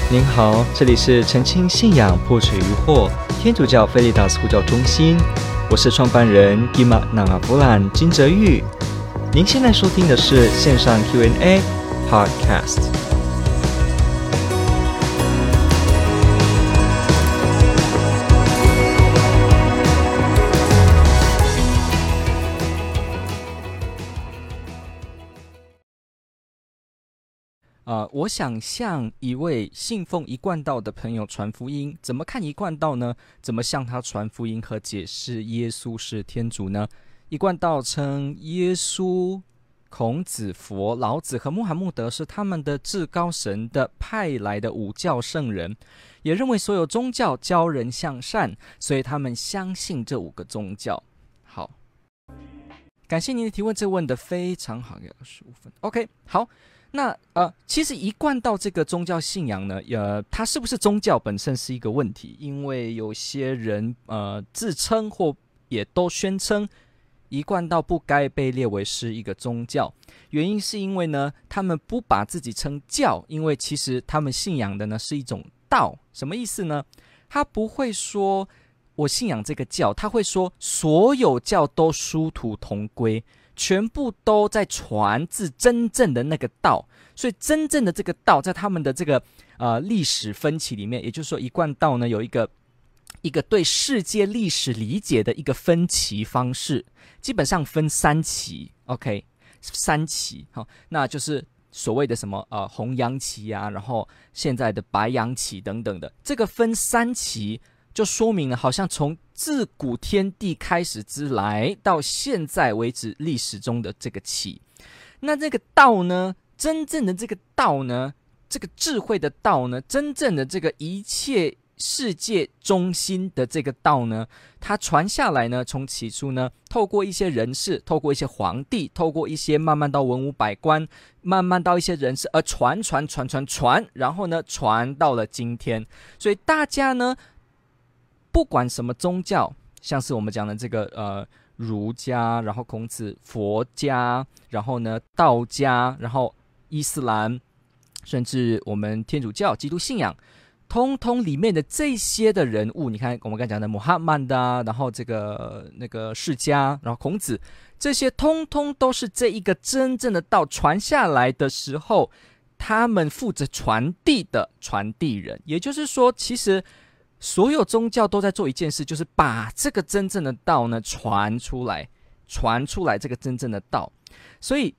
您好，这里是澄清信仰破除疑惑天主教菲利达斯呼叫中心，我是创办人 Gima Nangabulan 金哲玉。您现在收听的是线上 Q&A Podcast。我想向一位信奉一贯道的朋友传福音，怎么看一贯道呢？怎么向他传福音和解释耶稣是天主呢？一贯道称耶稣、孔子、佛、老子和穆罕默德是他们的至高神的派来的五教圣人，也认为所有宗教教人向善，所以他们相信这五个宗教。好，感谢您的提问，这问得非常好，有15分。OK， 好。那其实一贯道这个宗教信仰呢，它是不是宗教本身是一个问题，因为有些人自称或也都宣称一贯道不该被列为是一个宗教，原因是因为呢，他们不把自己称教，因为其实他们信仰的呢是一种道。什么意思呢？他不会说我信仰这个教，他会说所有教都殊途同归，全部都在传自真正的那个道，所以真正的这个道在他们的这个历史分歧里面，也就是说一贯道呢有一个对世界历史理解的一个分歧方式，基本上分3期 ，OK， 3期，好，那就是所谓的什么红羊旗啊，然后现在的白羊旗等等的，这个分3期。就说明了，好像从自古天地开始之来，到现在为止历史中的这个起，那这个道呢，真正的这个道呢，这个智慧的道呢，真正的这个一切世界中心的这个道呢，它传下来呢，从起初呢，透过一些人士，透过一些皇帝，透过一些慢慢到文武百官，慢慢到一些人士，而传，然后呢，传到了今天，所以大家呢。不管什么宗教，像是我们讲的这个儒家，然后孔子、佛家，然后呢道家，然后伊斯兰，甚至我们天主教、基督信仰，通通里面的这些的人物，你看我们刚才讲的穆罕默德啊，然后这个那个释迦，然后孔子，这些通通都是这一个真正的道传下来的时候，他们负责传递的传递人，也就是说，其实。所有宗教都在做一件事，就是把这个真正的道呢传出来这个真正的道。所以，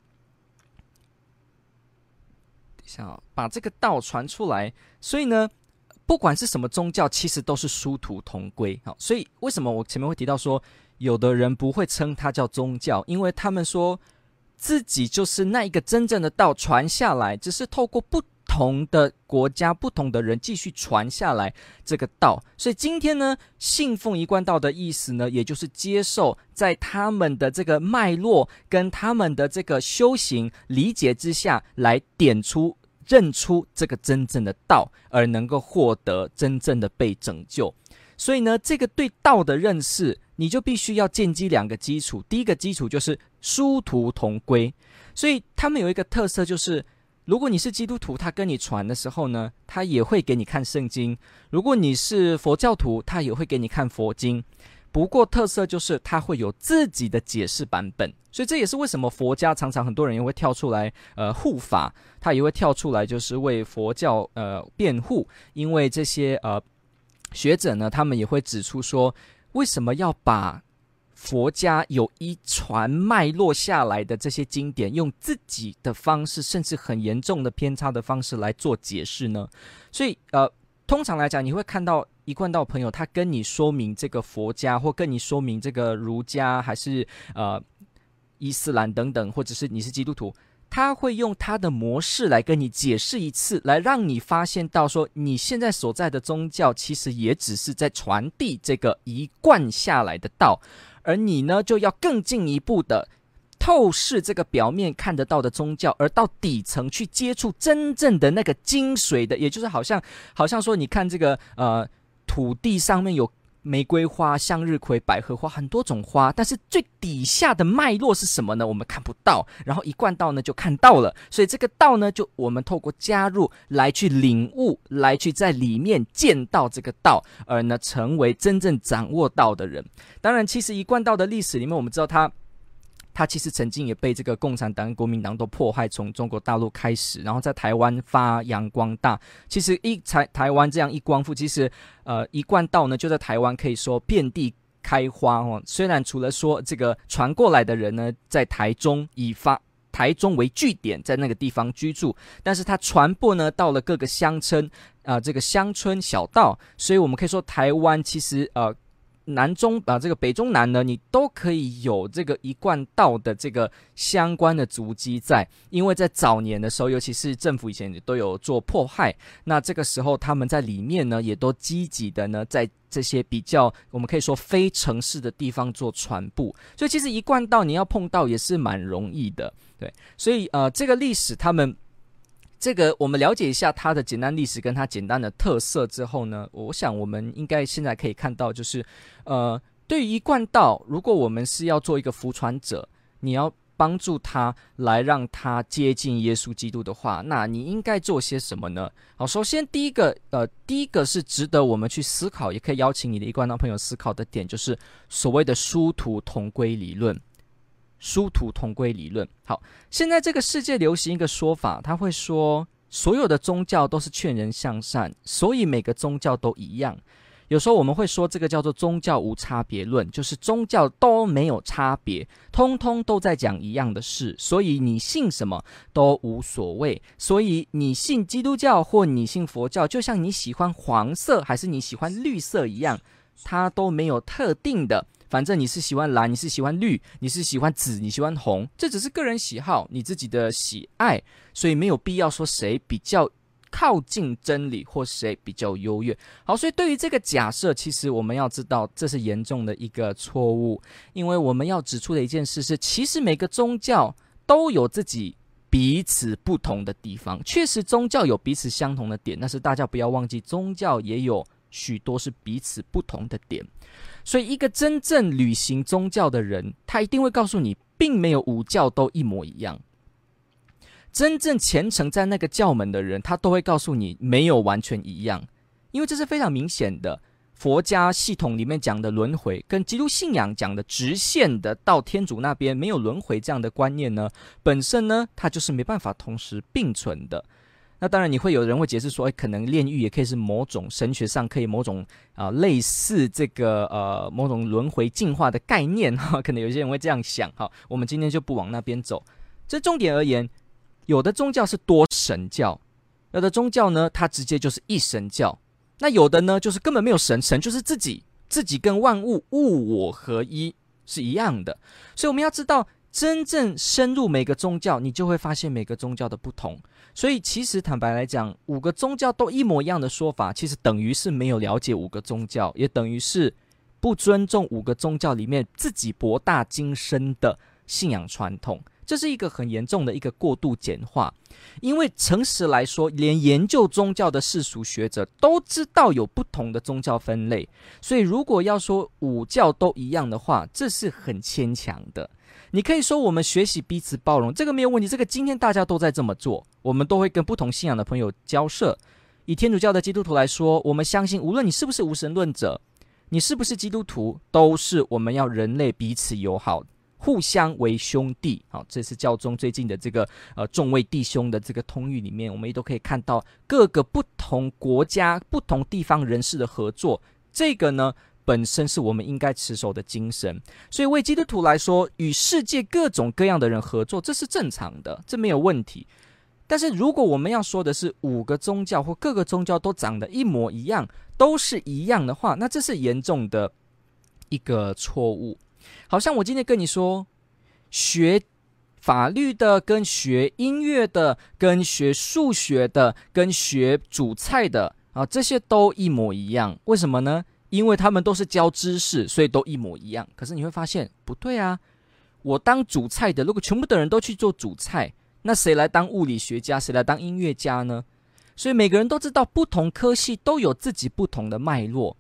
等一下把这个道传出来。所以呢，不管是什么宗教，其实都是殊途同归。好，所以为什么我前面会提到说，有的人不会称它叫宗教，因为他们说自己就是那一个真正的道传下来，只是透过不同的国家、不同的人继续传下来这个道，所以今天呢，信奉一贯道的意思呢，也就是接受在他们的这个脉络跟他们的这个修行理解之下来认出这个真正的道，而能够获得真正的被拯救。所以呢，这个对道的认识，你就必须要建基2个基础。第一个基础就是殊途同归，所以他们有一个特色就是。如果你是基督徒，他跟你传的时候呢，他也会给你看圣经；如果你是佛教徒，他也会给你看佛经。不过特色就是他会有自己的解释版本，所以这也是为什么佛家常常很多人也会跳出来护法，他也会跳出来就是为佛教辩护，因为这些学者呢，他们也会指出说，为什么要把佛家有一传脉络下来的这些经典，用自己的方式，甚至很严重的偏差的方式来做解释呢？所以通常来讲，你会看到一贯道朋友，他跟你说明这个佛家，或跟你说明这个儒家，还是伊斯兰等等，或者是你是基督徒，他会用他的模式来跟你解释一次，来让你发现到说，你现在所在的宗教其实也只是在传递这个一贯下来的道。而你呢，就要更进一步的透视这个表面看得到的宗教，而到底层去接触真正的那个精髓的，也就是好像说，你看这个土地上面有玫瑰花、向日葵、百合花，很多种花，但是最底下的脉络是什么呢？我们看不到，然后一贯道呢就看到了，所以这个道呢，就我们透过加入来去领悟，来去在里面见到这个道，而呢成为真正掌握道的人。当然，其实一贯道的历史里面，我们知道他其实曾经也被这个共产党跟国民党都迫害，从中国大陆开始，然后在台湾发扬光大。其实台湾这样一光复，其实一贯道呢就在台湾可以说遍地开花哦。虽然除了说这个传过来的人呢，在台中台中为据点，在那个地方居住，但是它传播呢到了各个乡村这个乡村小道，所以我们可以说台湾其实南中这个北中南呢，你都可以有这个一贯道的这个相关的足迹在，因为在早年的时候，尤其是政府以前都有做迫害，那这个时候他们在里面呢，也都积极的呢，在这些比较我们可以说非城市的地方做传播，所以其实一贯道你要碰到也是蛮容易的，对，所以这个历史他们。这个我们了解一下它的简单历史跟它简单的特色之后呢，我想我们应该现在可以看到，就是对于一贯道，如果我们是要做一个福传者，你要帮助他来让他接近耶稣基督的话，那你应该做些什么呢？好，首先第一个是值得我们去思考，也可以邀请你的一贯道朋友思考的点，就是所谓的殊途同归理论。殊途同归理论。好，现在这个世界流行一个说法，他会说所有的宗教都是劝人向善，所以每个宗教都一样。有时候我们会说这个叫做宗教无差别论，就是宗教都没有差别，通通都在讲一样的事，所以你信什么都无所谓。所以你信基督教或你信佛教，就像你喜欢黄色还是你喜欢绿色一样，它都没有特定的，反正你是喜欢蓝，你是喜欢绿，你是喜欢紫，你喜欢红，这只是个人喜好，你自己的喜爱，所以没有必要说谁比较靠近真理或谁比较优越。好，所以对于这个假设，其实我们要知道这是严重的一个错误，因为我们要指出的一件事是，其实每个宗教都有自己彼此不同的地方。确实宗教有彼此相同的点，但是大家不要忘记，宗教也有许多是彼此不同的点。所以一个真正履行宗教的人，他一定会告诉你，并没有五教都一模一样。真正虔诚在那个教门的人，他都会告诉你没有完全一样，因为这是非常明显的。佛家系统里面讲的轮回，跟基督信仰讲的直线的到天主那边没有轮回这样的观念呢，本身呢，它就是没办法同时并存的。那当然，你会有人会解释说，可能炼狱也可以是某种神学上可以某种类似这个某种轮回进化的概念哈，可能有些人会这样想哈。我们今天就不往那边走。这重点而言，有的宗教是多神教，有的宗教呢，它直接就是一神教。那有的呢，就是根本没有神，神就是自己跟万物物我合一是一样的。所以我们要知道，真正深入每个宗教，你就会发现每个宗教的不同。所以其实坦白来讲，5个宗教都一模一样的说法，其实等于是没有了解5个宗教，也等于是不尊重5个宗教里面自己博大精深的信仰传统。这是一个很严重的一个过度简化，因为诚实来说，连研究宗教的世俗学者都知道有不同的宗教分类，所以如果要说5教都一样的话，这是很牵强的。你可以说我们学习彼此包容，这个没有问题，这个今天大家都在这么做，我们都会跟不同信仰的朋友交涉。以天主教的基督徒来说，我们相信无论你是不是无神论者，你是不是基督徒，都是我们要人类彼此友好，互相为兄弟。好，这是教宗最近的这个众位弟兄的这个通谕里面，我们也都可以看到各个不同国家不同地方人士的合作，这个呢本身是我们应该持守的精神。所以为基督徒来说，与世界各种各样的人合作，这是正常的，这没有问题。但是如果我们要说的是5个宗教或各个宗教都长得一模一样，都是一样的话，那这是严重的一个错误。好像我今天跟你说，学法律的跟学音乐的跟学数学的跟学煮菜的这些都一模一样，为什么呢？因为他们都是教知识，所以都一模一样。可是你会发现不对啊，我当煮菜的，如果全部的人都去做煮菜，那谁来当物理学家，谁来当音乐家呢？所以每个人都知道不同科系都有自己不同的脉络。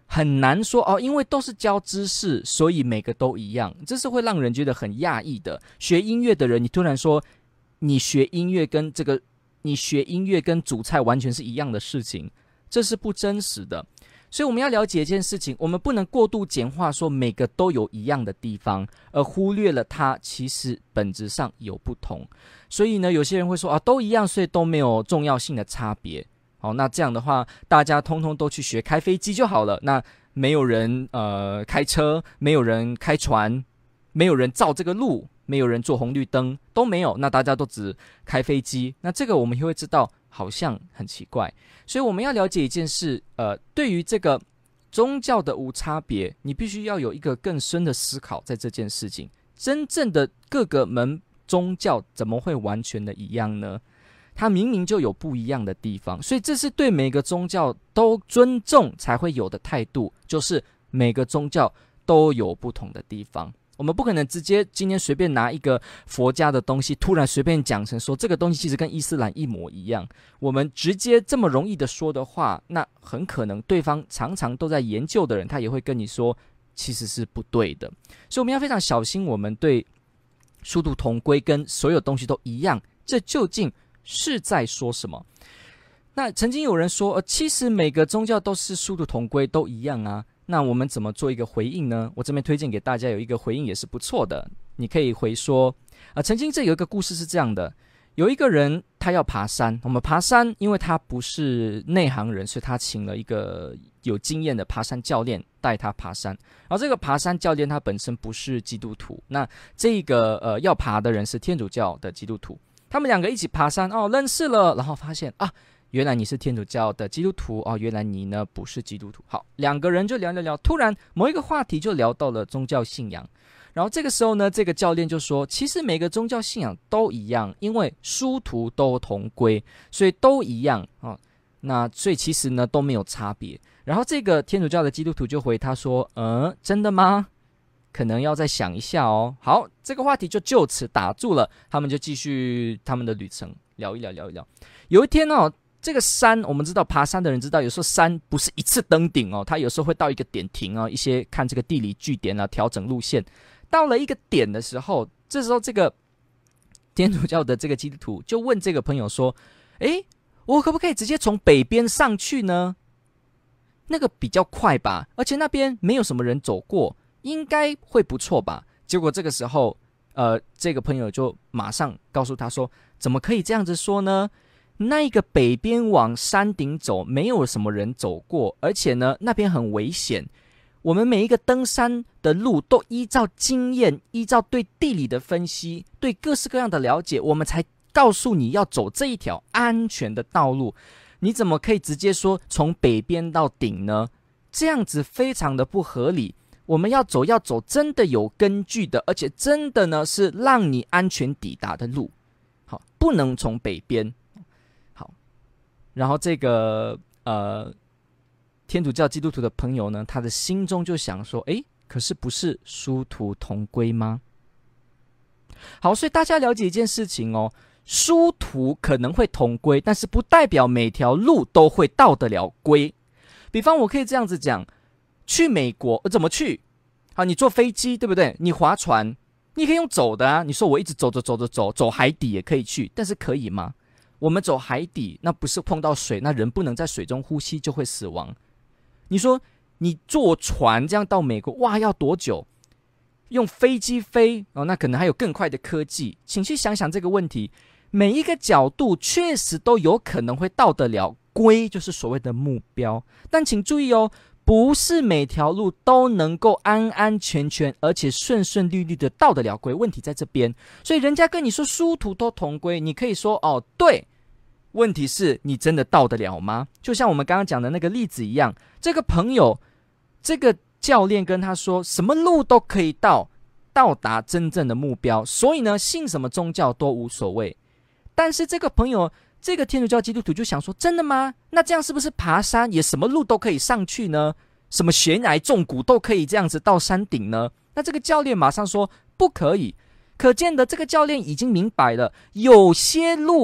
很难说哦，因为都是教知识，所以每个都一样，这是会让人觉得很讶异的。学音乐的人，你突然说你学音乐跟煮菜完全是一样的事情，这是不真实的。所以我们要了解一件事情，我们不能过度简化说每个都有一样的地方，而忽略了它其实本质上有不同。所以呢，有些人会说啊，都一样，所以都没有重要性的差别。好，那这样的话，大家通通都去学开飞机就好了。那没有人开车，没有人开船，没有人造这个路，没有人做红绿灯，都没有。那大家都只开飞机，那这个我们就会知道，好像很奇怪。所以我们要了解一件事，对于这个宗教的无差别，你必须要有一个更深的思考，在这件事情，真正的各个门宗教怎么会完全的一样呢？它明明就有不一样的地方，所以这是对每个宗教都尊重才会有的态度，就是每个宗教都有不同的地方。我们不可能直接今天随便拿一个佛家的东西，突然随便讲成说这个东西其实跟伊斯兰一模一样。我们直接这么容易的说的话，那很可能对方常常都在研究的人，他也会跟你说其实是不对的。所以我们要非常小心，我们对殊途同归跟所有东西都一样，这究竟是在说什么？那曾经有人说，其实每个宗教都是殊途同归，都一样啊。那我们怎么做一个回应呢？我这边推荐给大家有一个回应也是不错的，你可以回说，曾经这有一个故事是这样的，有一个人他要爬山，我们爬山，因为他不是内行人，所以他请了一个有经验的爬山教练带他爬山。然后这个爬山教练他本身不是基督徒，那这个要爬的人是天主教的基督徒。他们两个一起爬山哦，认识了，然后发现啊，原来你是天主教的基督徒哦，原来你呢不是基督徒。好，两个人就聊聊聊，突然某一个话题就聊到了宗教信仰。然后这个时候呢，这个教练就说，其实每个宗教信仰都一样，因为殊途都同归，所以都一样哦。那所以其实呢都没有差别。然后这个天主教的基督徒就回他说，真的吗？可能要再想一下哦。好，这个话题就此打住了，他们就继续他们的旅程，聊一聊。有一天哦，这个山我们知道，爬山的人知道，有时候山不是一次登顶哦，他有时候会到一个点停哦，一些看这个地理据点啊，调整路线。到了一个点的时候，这时候这个天主教的这个基督徒就问这个朋友说，我可不可以直接从北边上去呢？那个比较快吧，而且那边没有什么人走过，应该会不错吧。结果这个时候这个朋友就马上告诉他说，怎么可以这样子说呢？那个北边往山顶走，没有什么人走过，而且呢那边很危险。我们每一个登山的路都依照经验，依照对地理的分析，对各式各样的了解，我们才告诉你要走这一条安全的道路。你怎么可以直接说从北边到顶呢？这样子非常的不合理。我们要走真的有根据的，而且真的呢是让你安全抵达的路。好，不能从北边。好，然后这个天主教基督徒的朋友呢，他的心中就想说，可是不是殊途同归吗？好，所以大家了解一件事情哦，殊途可能会同归，但是不代表每条路都会到得了归。比方我可以这样子讲，去美国怎么去？好，你坐飞机对不对？你划船，你可以用走的啊。你说我一直走海底也可以去，但是可以吗？我们走海底，那不是碰到水，那人不能在水中呼吸就会死亡。你说你坐船这样到美国，哇，要多久？用飞机飞哦，那可能还有更快的科技。请去想想这个问题，每一个角度确实都有可能会到得了归，就是所谓的目标。但请注意哦，不是每条路都能够安安全全而且顺顺利利的到得了归，问题在这边。所以人家跟你说殊途都同归，你可以说哦对，问题是你真的到得了吗？就像我们刚刚讲的那个例子一样，这个朋友这个教练跟他说什么路都可以到达真正的目标，所以呢信什么宗教都无所谓。但是这个朋友，这个天主教基督徒就想说，真的吗？那这样是不是爬山也什么路都可以上去呢？什么悬崖重谷都可以这样子到山顶呢？那这个教练马上说不可以。可见的这个教练已经明白了，有些路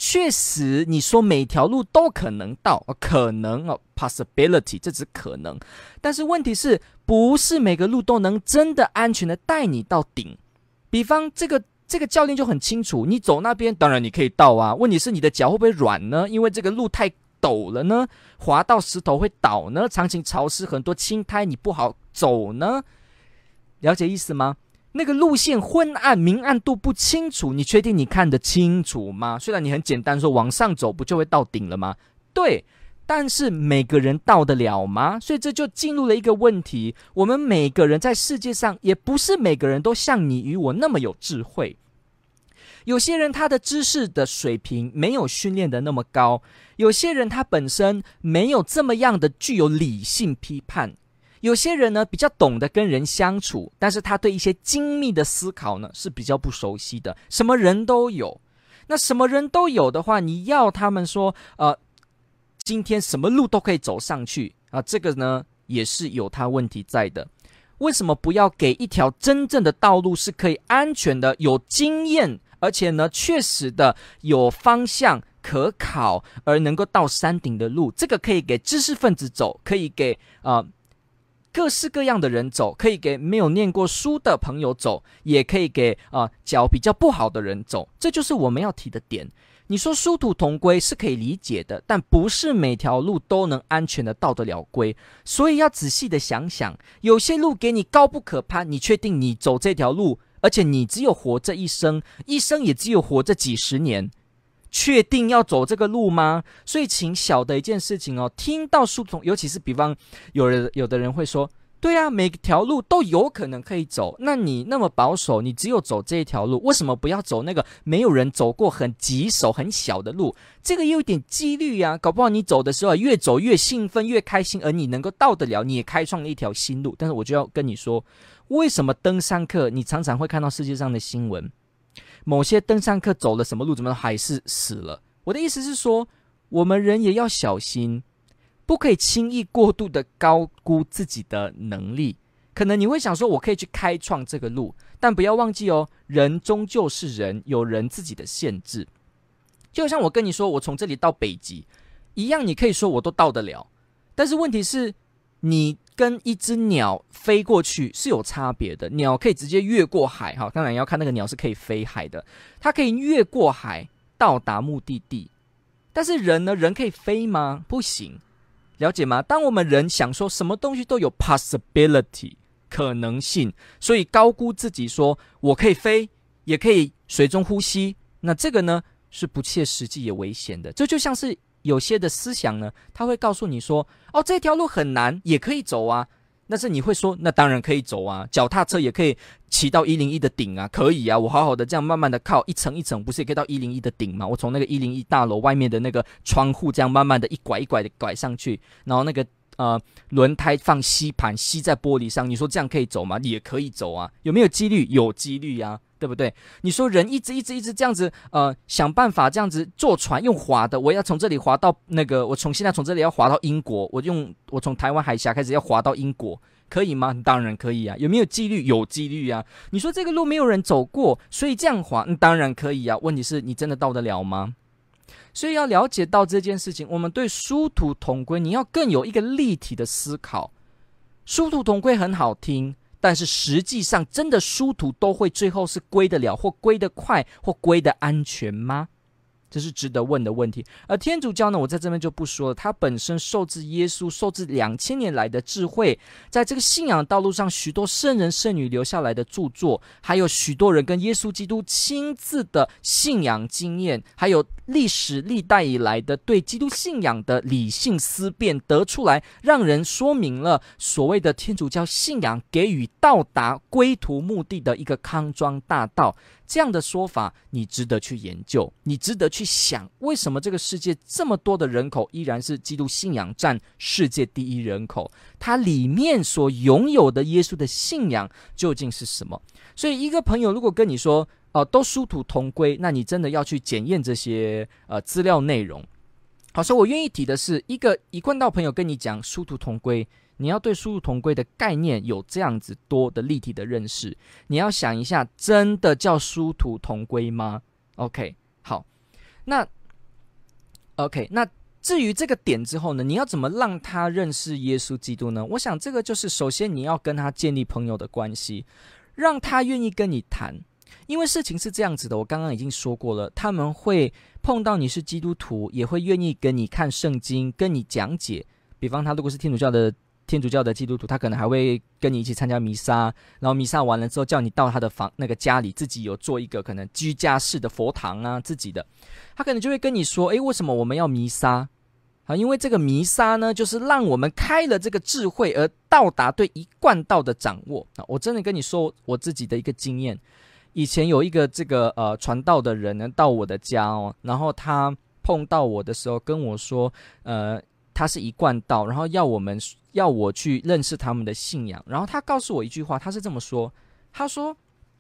确实你说每条路都可能到，可能possibility， 这只可能，但是问题是不是每个路都能真的安全的带你到顶？比方这个教练就很清楚，你走那边当然你可以到啊，问题是你的脚会不会软呢？因为这个路太陡了呢，滑到石头会倒呢，长期潮湿很多青苔你不好走呢，了解意思吗？那个路线昏暗，明暗度不清楚，你确定你看得清楚吗？虽然你很简单说往上走不就会到顶了吗？对，但是每个人到得了吗？所以这就进入了一个问题，我们每个人在世界上也不是每个人都像你与我那么有智慧，有些人他的知识的水平没有训练的那么高，有些人他本身没有这么样的具有理性批判，有些人呢比较懂得跟人相处，但是他对一些精密的思考呢是比较不熟悉的。什么人都有，那什么人都有的话，你要他们说今天什么路都可以走上去这个呢也是有他问题在的。为什么不要给一条真正的道路是可以安全的、有经验，而且呢确实的有方向可考而能够到山顶的路？这个可以给知识分子走，可以给各式各样的人走，可以给没有念过书的朋友走，也可以给脚比较不好的人走。这就是我们要提的点。你说殊途同归是可以理解的，但不是每条路都能安全的到得了归，所以要仔细的想想，有些路给你高不可攀，你确定你走这条路，而且你只有活这一生，一生也只有活这几十年，确定要走这个路吗？所以请晓得一件事情听到殊途，尤其是比方有的人会说，对啊，每条路都有可能可以走，那你那么保守，你只有走这一条路，为什么不要走那个没有人走过很棘手很小的路？这个也有一点几率啊，搞不好你走的时候越走越兴奋越开心，而你能够到得了，你也开创了一条新路。但是我就要跟你说，为什么登山客你常常会看到世界上的新闻，某些登山客走了什么路怎么还是死了？我的意思是说，我们人也要小心，不可以轻易过度的高估自己的能力。可能你会想说我可以去开创这个路，但不要忘记人终究是人，有人自己的限制。就像我跟你说我从这里到北极一样，你可以说我都到得了，但是问题是你跟一只鸟飞过去是有差别的。鸟可以直接越过海，当然要看那个鸟是可以飞海的，它可以越过海到达目的地。但是人呢？人可以飞吗？不行，了解吗？当我们人想说什么东西都有 possibility 可能性，所以高估自己说我可以飞也可以水中呼吸，那这个呢是不切实际也危险的。这就像是有些的思想呢，他会告诉你说这条路很难也可以走啊，但是你会说那当然可以走啊，脚踏车也可以骑到101的顶啊，可以啊，我好好的这样慢慢的靠一层一层，不是也可以到101的顶吗？我从那个101大楼外面的那个窗户这样慢慢的一拐一拐的拐上去，然后那个轮胎放吸盘吸在玻璃上，你说这样可以走吗？也可以走啊，有没有几率？有几率啊，对不对？你说人一直这样子想办法这样子坐船用滑的，我要从这里滑到那个，我现在从这里要滑到英国，我从台湾海峡开始要滑到英国，可以吗？当然可以啊。有没有几率？有几率啊。你说这个路没有人走过，所以这样滑当然可以啊。问题是你真的到得了吗？所以要了解到这件事情，我们对殊途同归你要更有一个立体的思考。殊途同归很好听，但是实际上真的殊途都会最后是归得了或归得快或归得安全吗？这是值得问的问题。而天主教呢，我在这边就不说了，它本身受自耶稣，受自2000年来的智慧，在这个信仰道路上许多圣人圣女留下来的著作，还有许多人跟耶稣基督亲自的信仰经验，还有历史历代以来的对基督信仰的理性思辨得出来，让人说明了所谓的天主教信仰给予到达归途目的的一个康庄大道。这样的说法你值得去研究，你值得去想，为什么这个世界这么多的人口依然是基督信仰占世界第一人口，它里面所拥有的耶稣的信仰究竟是什么？所以一个朋友如果跟你说都殊途同归，那你真的要去检验这些资料内容。好，所以我愿意提的是，一贯道朋友跟你讲殊途同归，你要对殊途同归的概念有这样子多的立体的认识，你要想一下，真的叫殊途同归吗？ OK， 好，那 OK， 那至于这个点之后呢，你要怎么让他认识耶稣基督呢？我想这个就是首先你要跟他建立朋友的关系，让他愿意跟你谈。因为事情是这样子的，我刚刚已经说过了，他们会碰到你是基督徒，也会愿意跟你看圣经，跟你讲解。比方他如果是天主教的基督徒，他可能还会跟你一起参加弥撒，然后弥撒完了之后叫你到他的那个家里，自己有做一个可能居家式的佛堂啊，自己的，他可能就会跟你说，为什么我们要弥撒？因为这个弥撒呢，就是让我们开了这个智慧，而到达对一贯道的掌握。我真的跟你说我自己的一个经验，以前有一个这个传道的人呢到我的家哦，然后他碰到我的时候跟我说，他是一贯道，然后要我去认识他们的信仰，然后他告诉我一句话，他是这么说，他说，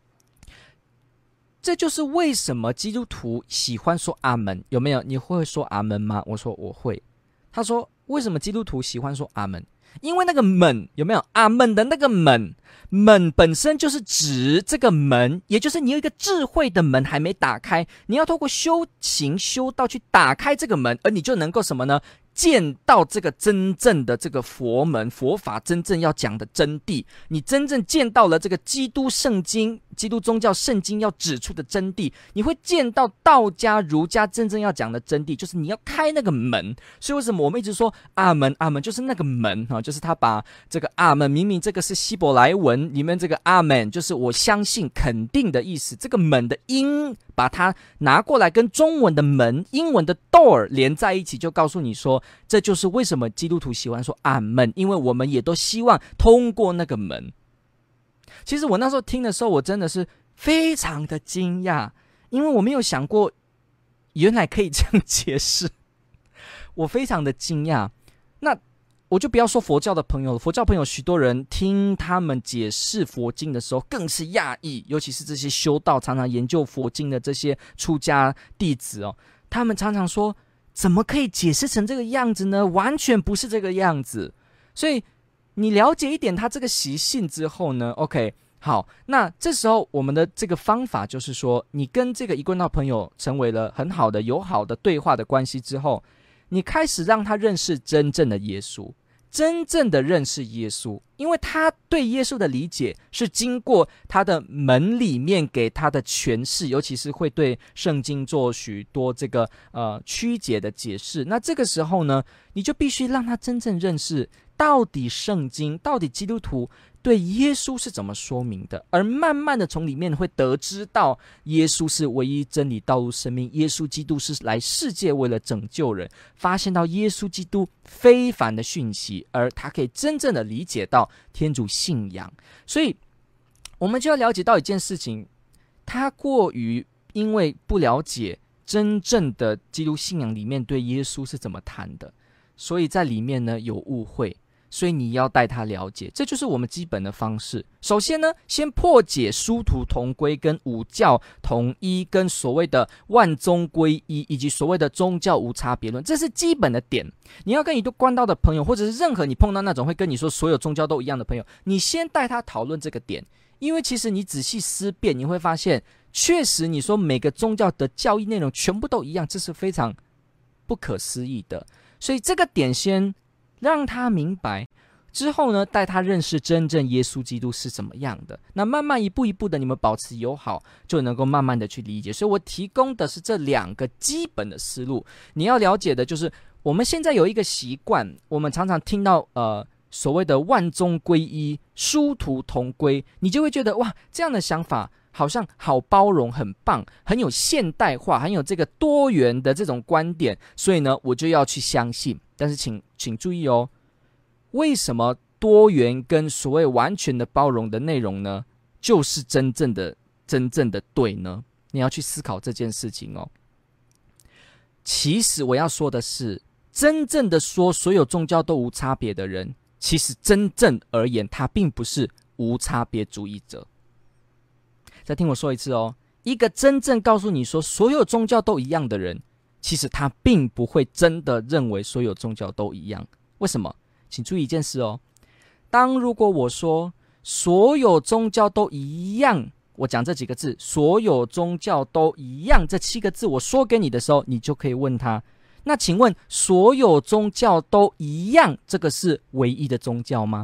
这就是为什么基督徒喜欢说阿门，有没有？你会说阿门吗？我说我会。他说为什么基督徒喜欢说阿门？因为那个门，有没有？阿门的那个门本身就是指这个门，也就是你有一个智慧的门还没打开，你要透过修行修道去打开这个门，而你就能够什么呢？见到这个真正的这个佛门佛法真正要讲的真谛，你真正见到了这个基督圣经、基督宗教圣经要指出的真谛，你会见到道家、儒家真正要讲的真谛，就是你要开那个门。所以为什么我们一直说阿门阿门，就是那个门啊，就是他把这个阿门，明明这个是希伯来文里面这个阿门，就是我相信肯定的意思，这个门的音把它拿过来跟中文的门、英文的 door 连在一起，就告诉你说，这就是为什么基督徒喜欢说阿门，因为我们也都希望通过那个门。其实我那时候听的时候，我真的是非常的惊讶，因为我没有想过原来可以这样解释，我非常的惊讶。那我就不要说佛教的朋友了，佛教朋友许多人听他们解释佛经的时候更是讶异，尤其是这些修道常常研究佛经的这些出家弟子哦，他们常常说，怎么可以解释成这个样子呢？完全不是这个样子。所以你了解一点他这个习性之后呢 ，OK， 好，那这时候我们的这个方法就是说，你跟这个一贯道朋友成为了很好的友好的对话的关系之后，你开始让他认识真正的耶稣。真正的认识耶稣，因为他对耶稣的理解是经过他的门里面给他的诠释，尤其是会对圣经做许多这个曲解的解释。那这个时候呢，你就必须让他真正认识到底圣经，到底基督徒对耶稣是怎么说明的，而慢慢的从里面会得知到耶稣是唯一真理道路生命，耶稣基督是来世界为了拯救人，发现到耶稣基督非凡的讯息，而他可以真正的理解到天主信仰。所以我们就要了解到一件事情，他过于因为不了解真正的基督信仰里面对耶稣是怎么谈的，所以在里面呢有误会，所以你要带他了解，这就是我们基本的方式。首先呢，先破解殊途同归跟五教统一跟所谓的万宗归一以及所谓的宗教无差别论，这是基本的点。你要跟一个关道的朋友，或者是任何你碰到那种会跟你说所有宗教都一样的朋友，你先带他讨论这个点，因为其实你仔细思辨，你会发现确实你说每个宗教的教义内容全部都一样，这是非常不可思议的。所以这个点先让他明白，之后呢，带他认识真正耶稣基督是怎么样的。那慢慢一步一步的，你们保持友好，就能够慢慢的去理解。所以我提供的是这两个基本的思路。你要了解的就是，我们现在有一个习惯，我们常常听到所谓的万宗归一、殊途同归，你就会觉得哇，这样的想法好像好包容，很棒，很有现代化，很有这个多元的这种观点，所以呢，我就要去相信。但是请注意哦，为什么多元跟所谓完全的包容的内容呢，就是真正的对呢？你要去思考这件事情哦。其实我要说的是，真正的说所有宗教都无差别的人，其实真正而言，他并不是无差别主义者。再听我说一次哦，一个真正告诉你说所有宗教都一样的人，其实他并不会真的认为所有宗教都一样。为什么？请注意一件事哦，如果我说所有宗教都一样，我讲这几个字，所有宗教都一样，这7个字我说给你的时候，你就可以问他， 那请问所有宗教都一样，这个是唯一的宗教吗？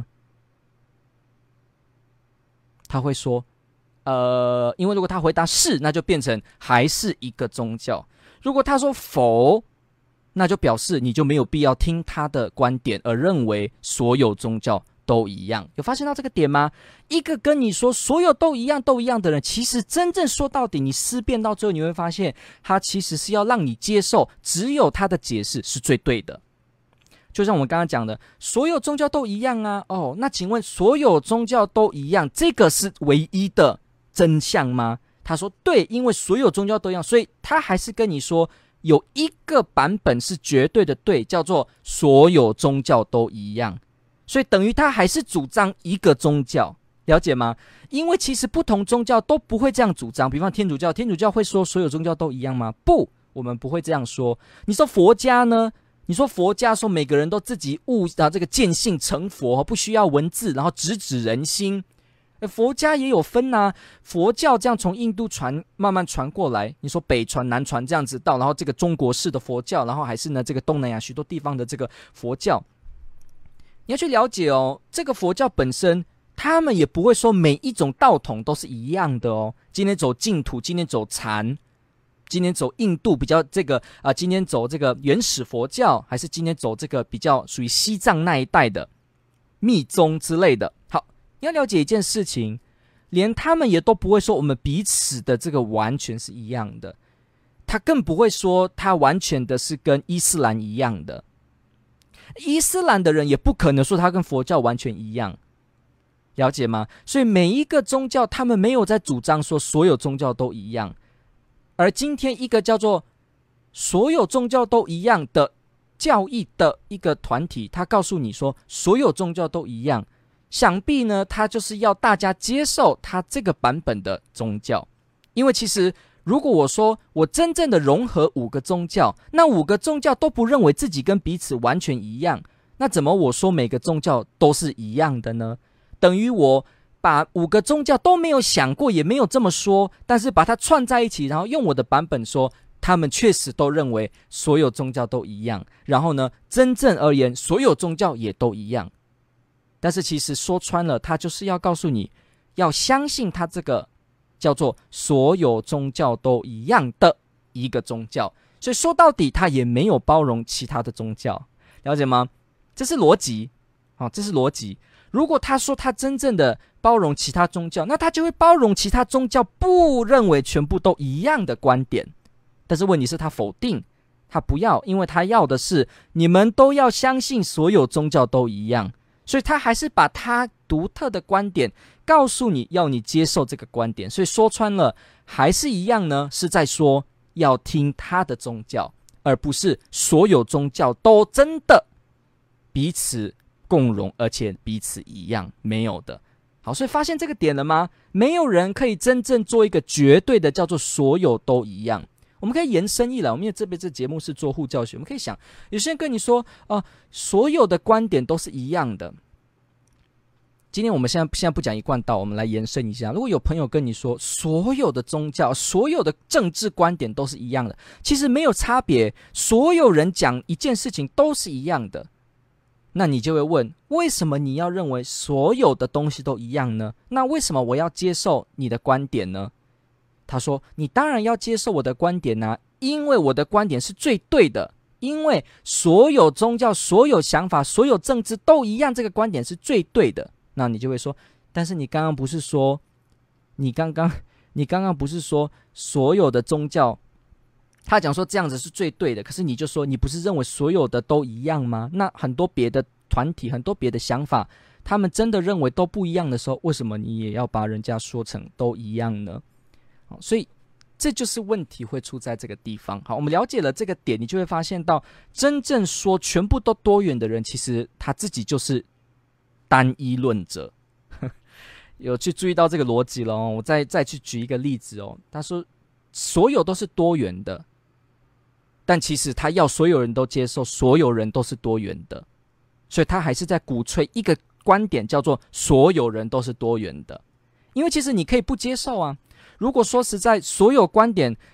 他会说因为如果他回答是，那就变成还是一个宗教。如果他说否，那就表示你就没有必要听他的观点，而认为所有宗教都一样。有发现到这个点吗？一个跟你说所有都一样的人，其实真正说到底，你思辨到最后，你会发现他其实是要让你接受只有他的解释是最对的。就像我们刚刚讲的，所有宗教都一样啊。那请问所有宗教都一样，这个是唯一的真相吗？他说对，因为所有宗教都一样，所以他还是跟你说有一个版本是绝对的对，叫做所有宗教都一样。所以等于他还是主张一个宗教，了解吗？因为其实不同宗教都不会这样主张。比方天主教会说所有宗教都一样吗？不，我们不会这样说。你说佛家呢？你说佛家说每个人都自己这个见性成佛，不需要文字，然后直指人心。佛家也有分啊，佛教这样从印度慢慢传过来，你说北传南传这样子到，然后这个中国式的佛教，然后还是呢这个东南亚许多地方的这个佛教，你要去了解哦，这个佛教本身他们也不会说每一种道统都是一样的哦。今天走净土，今天走禅，今天走印度比较这个今天走这个原始佛教，还是今天走这个比较属于西藏那一带的密宗之类的。好，你要了解一件事情，连他们也都不会说我们彼此的这个完全是一样的，他更不会说他完全的是跟伊斯兰一样的。伊斯兰的人也不可能说他跟佛教完全一样，了解吗？所以每一个宗教他们没有在主张说所有宗教都一样，而今天一个叫做所有宗教都一样的教义的一个团体，他告诉你说所有宗教都一样，想必呢他就是要大家接受他这个版本的宗教。因为其实如果我说我真正的融合5个宗教，那5个宗教都不认为自己跟彼此完全一样，那怎么我说每个宗教都是一样的呢？等于我把5个宗教都没有想过，也没有这么说，但是把它串在一起，然后用我的版本说他们确实都认为所有宗教都一样，然后呢真正而言所有宗教也都一样。但是其实说穿了，他就是要告诉你要相信他这个叫做所有宗教都一样的一个宗教，所以说到底他也没有包容其他的宗教，了解吗？这是逻辑，这是逻辑。如果他说他真正的包容其他宗教，那他就会包容其他宗教不认为全部都一样的观点。但是问题是他否定，他不要，因为他要的是你们都要相信所有宗教都一样，所以他还是把他独特的观点告诉你，要你接受这个观点。所以说穿了还是一样呢，是在说要听他的宗教，而不是所有宗教都真的彼此共荣而且彼此一样，没有的。好，所以发现这个点了吗？没有人可以真正做一个绝对的叫做所有都一样。我们可以延伸一来，我们因为这边这节目是做护教学，我们可以想，有些人跟你说所有的观点都是一样的。今天我们现在不讲一贯道，我们来延伸一下。如果有朋友跟你说所有的宗教、所有的政治观点都是一样的，其实没有差别，所有人讲一件事情都是一样的，那你就会问，为什么你要认为所有的东西都一样呢？那为什么我要接受你的观点呢？他说，你当然要接受我的观点啊，因为我的观点是最对的，因为所有宗教、所有想法、所有政治都一样，这个观点是最对的。那你就会说，但是你刚刚不是说，你刚刚不是说所有的宗教，他讲说这样子是最对的，可是你就说你不是认为所有的都一样吗？那很多别的团体、很多别的想法，他们真的认为都不一样的时候，为什么你也要把人家说成都一样呢？所以这就是问题会出在这个地方。好，我们了解了这个点，你就会发现到真正说全部都多元的人，其实他自己就是单一论者。有去注意到这个逻辑了哦。我再去举一个例子哦。他说所有都是多元的，但其实他要所有人都接受所有人都是多元的，所以他还是在鼓吹一个观点，叫做所有人都是多元的。因为其实你可以不接受啊。如果说实在所有观点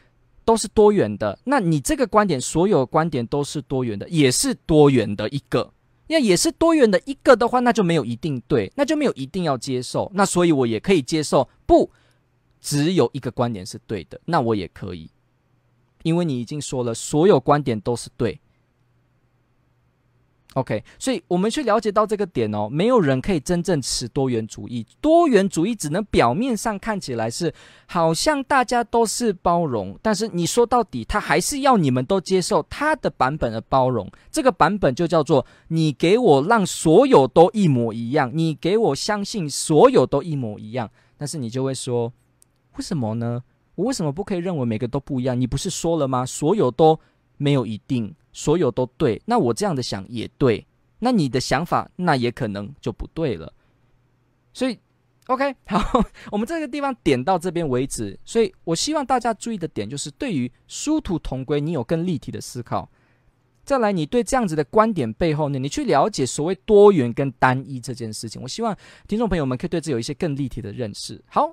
都是多元的，那你这个观点，所有观点都是多元的，也是多元的一个。那也是多元的一个的话，那就没有一定对，那就没有一定要接受。那所以我也可以接受，不只有一个观点是对的，那我也可以，因为你已经说了，所有观点都是对。OK， 所以我们去了解到这个点哦，没有人可以真正持多元主义，多元主义只能表面上看起来是好像大家都是包容，但是你说到底，他还是要你们都接受他的版本的包容，这个版本就叫做你给我让所有都一模一样，你给我相信所有都一模一样，但是你就会说，为什么呢？我为什么不可以认为每个都不一样？你不是说了吗？所有都没有一定，所有都对，那我这样的想也对，那你的想法那也可能就不对了。所以 OK， 好，我们这个地方点到这边为止。所以我希望大家注意的点就是对于殊途同归你有更立体的思考，再来你对这样子的观点背后呢，你去了解所谓多元跟单一这件事情，我希望听众朋友们可以对这有一些更立体的认识。好，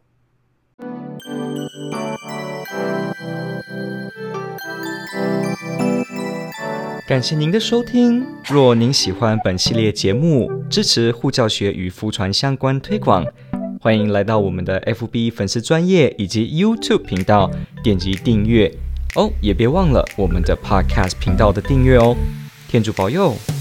感谢您的收听。若您喜欢本系列节目，支持护教学与福传相关推广，欢迎来到我们的 FB 粉丝专页以及 YouTube 频道，点击订阅哦，也别忘了我们的 Podcast 频道的订阅哦。天主保佑。